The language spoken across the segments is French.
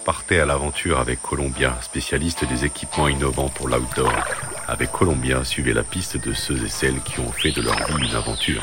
Partez à l'aventure avec Columbia, spécialiste des équipements innovants pour l'outdoor. Avec Columbia, suivez la piste de ceux et celles qui ont fait de leur vie une aventure.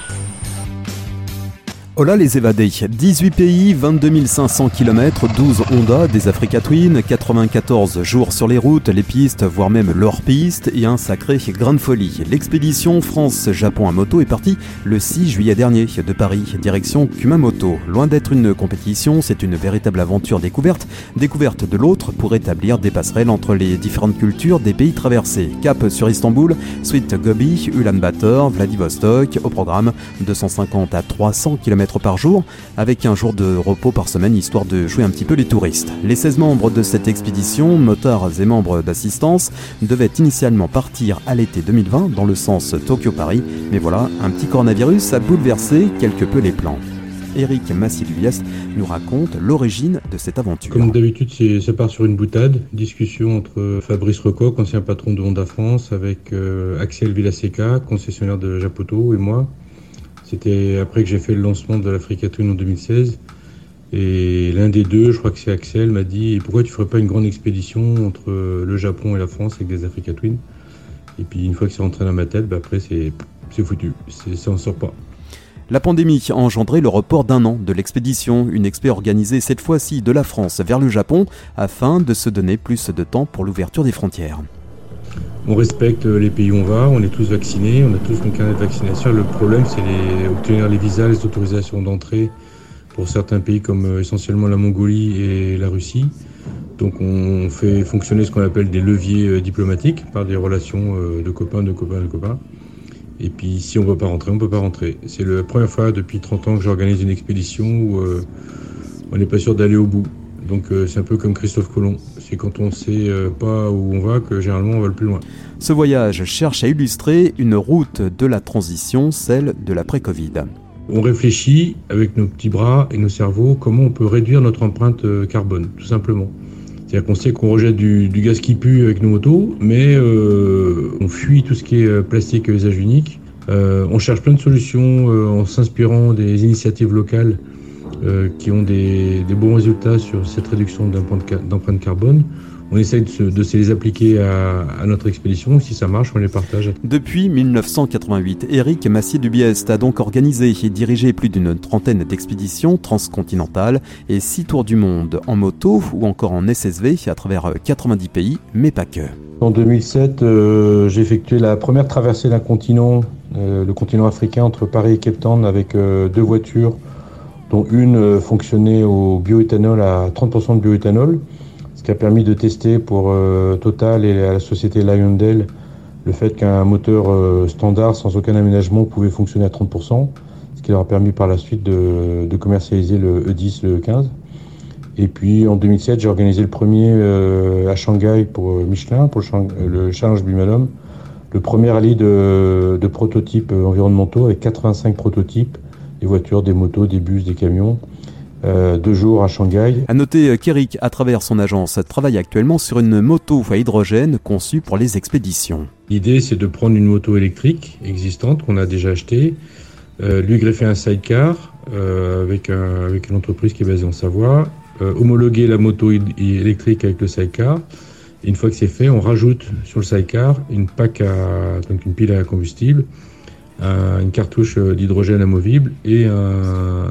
Hola les évadés, 18 pays, 22 500 km, 12 Honda, des Africa Twin, 94 jours sur les routes, les pistes, voire même l'hors-piste et un sacré grain de folie. L'expédition France-Japon à moto est partie le 6 juillet dernier de Paris, direction Kumamoto. Loin d'être une compétition, c'est une véritable aventure découverte de l'autre pour établir des passerelles entre les différentes cultures des pays traversés. Cap sur Istanbul, suite Gobi, Ulaanbaatar, Vladivostok, au programme 250 à 300 km par jour, avec un jour de repos par semaine, histoire de jouer un petit peu les touristes. Les 16 membres de cette expédition, motards et membres d'assistance, devaient initialement partir à l'été 2020 dans le sens Tokyo-Paris, mais voilà, un petit coronavirus a bouleversé quelque peu les plans. Éric Massier-Dubiest nous raconte l'origine de cette aventure. Comme d'habitude, ça part sur une boutade, discussion entre Fabrice Recoq, ancien patron de Honda France, avec Axel Villaseca, concessionnaire de Japoto, et moi. C'était après que j'ai fait le lancement de l'Africa Twin en 2016. Et l'un des deux, je crois que c'est Axel, m'a dit « Pourquoi tu ne ferais pas une grande expédition entre le Japon et la France avec des Africa Twin ?» Et puis une fois que c'est rentré dans ma tête, après c'est foutu, ça n'en sort pas. La pandémie a engendré le report d'un an de l'expédition, une expé organisée cette fois-ci de la France vers le Japon, afin de se donner plus de temps pour l'ouverture des frontières. On respecte les pays où on va, on est tous vaccinés, on a tous nos carnets de vaccination. Le problème, c'est obtenir les visas, les autorisations d'entrée pour certains pays comme essentiellement la Mongolie et la Russie. Donc on fait fonctionner ce qu'on appelle des leviers diplomatiques par des relations de copains. Et puis si on ne peut pas rentrer, on ne peut pas rentrer. C'est la première fois depuis 30 ans que j'organise une expédition où on n'est pas sûr d'aller au bout. Donc c'est un peu comme Christophe Colomb, c'est quand on ne sait pas où on va que généralement on va le plus loin. Ce voyage cherche à illustrer une route de la transition, celle de l'après-Covid. On réfléchit avec nos petits bras et nos cerveaux comment on peut réduire notre empreinte carbone, tout simplement. C'est-à-dire qu'on sait qu'on rejette du gaz qui pue avec nos motos, mais on fuit tout ce qui est plastique à usage unique. On cherche plein de solutions en s'inspirant des initiatives locales qui ont des bons résultats sur cette réduction d'empreinte carbone. On essaye de se les appliquer à notre expédition. Si ça marche, on les partage. Depuis 1988, Éric Massier-Dubiest a donc organisé et dirigé plus d'une trentaine d'expéditions transcontinentales et 6 tours du monde en moto ou encore en SSV à travers 90 pays, mais pas que. En 2007, j'ai effectué la première traversée d'un continent, le continent africain, entre Paris et Cape Town, avec 2 voitures, dont une fonctionnait au bioéthanol à 30% de bioéthanol, ce qui a permis de tester pour Total et la société Lyondell le fait qu'un moteur standard sans aucun aménagement pouvait fonctionner à 30%, ce qui leur a permis par la suite de commercialiser le E10, le E15. Et puis en 2007, j'ai organisé le premier à Shanghai pour Michelin, pour le Challenge Bimalum, le premier rallye de prototypes environnementaux avec 85 prototypes, des voitures, des motos, des bus, des camions, 2 jours à Shanghai. À noter qu'Éric, à travers son agence, travaille actuellement sur une moto à hydrogène conçue pour les expéditions. L'idée, c'est de prendre une moto électrique existante qu'on a déjà achetée, lui greffer un sidecar avec une entreprise qui est basée en Savoie, homologuer la moto électrique avec le sidecar. Et une fois que c'est fait, on rajoute sur le sidecar une pile à combustible, une cartouche d'hydrogène amovible et un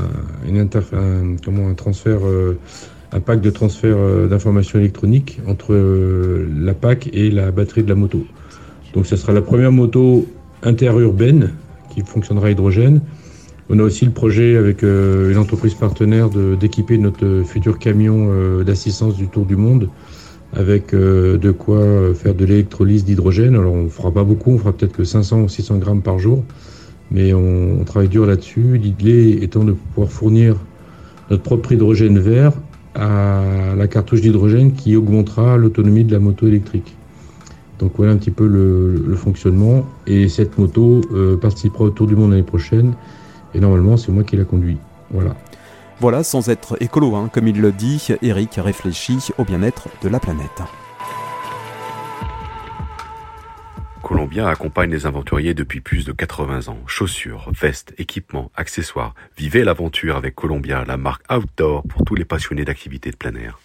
pack de transfert d'informations électroniques entre la PAC et la batterie de la moto. Donc ce sera la première moto interurbaine qui fonctionnera à hydrogène. On a aussi le projet avec une entreprise partenaire d'équiper notre futur camion d'assistance du Tour du Monde avec de quoi faire de l'électrolyse d'hydrogène. Alors on fera pas beaucoup, on fera peut-être que 500 ou 600 grammes par jour, mais on travaille dur là-dessus. L'idée étant de pouvoir fournir notre propre hydrogène vert à la cartouche d'hydrogène qui augmentera l'autonomie de la moto électrique. Donc voilà un petit peu le fonctionnement. Et cette moto participera au Tour du Monde l'année prochaine. Et normalement, c'est moi qui la conduis. Voilà, sans être écolo, comme il le dit, Éric réfléchit au bien-être de la planète. Columbia accompagne les aventuriers depuis plus de 80 ans. Chaussures, vestes, équipements, accessoires. Vivez l'aventure avec Columbia, la marque outdoor pour tous les passionnés d'activités de plein air.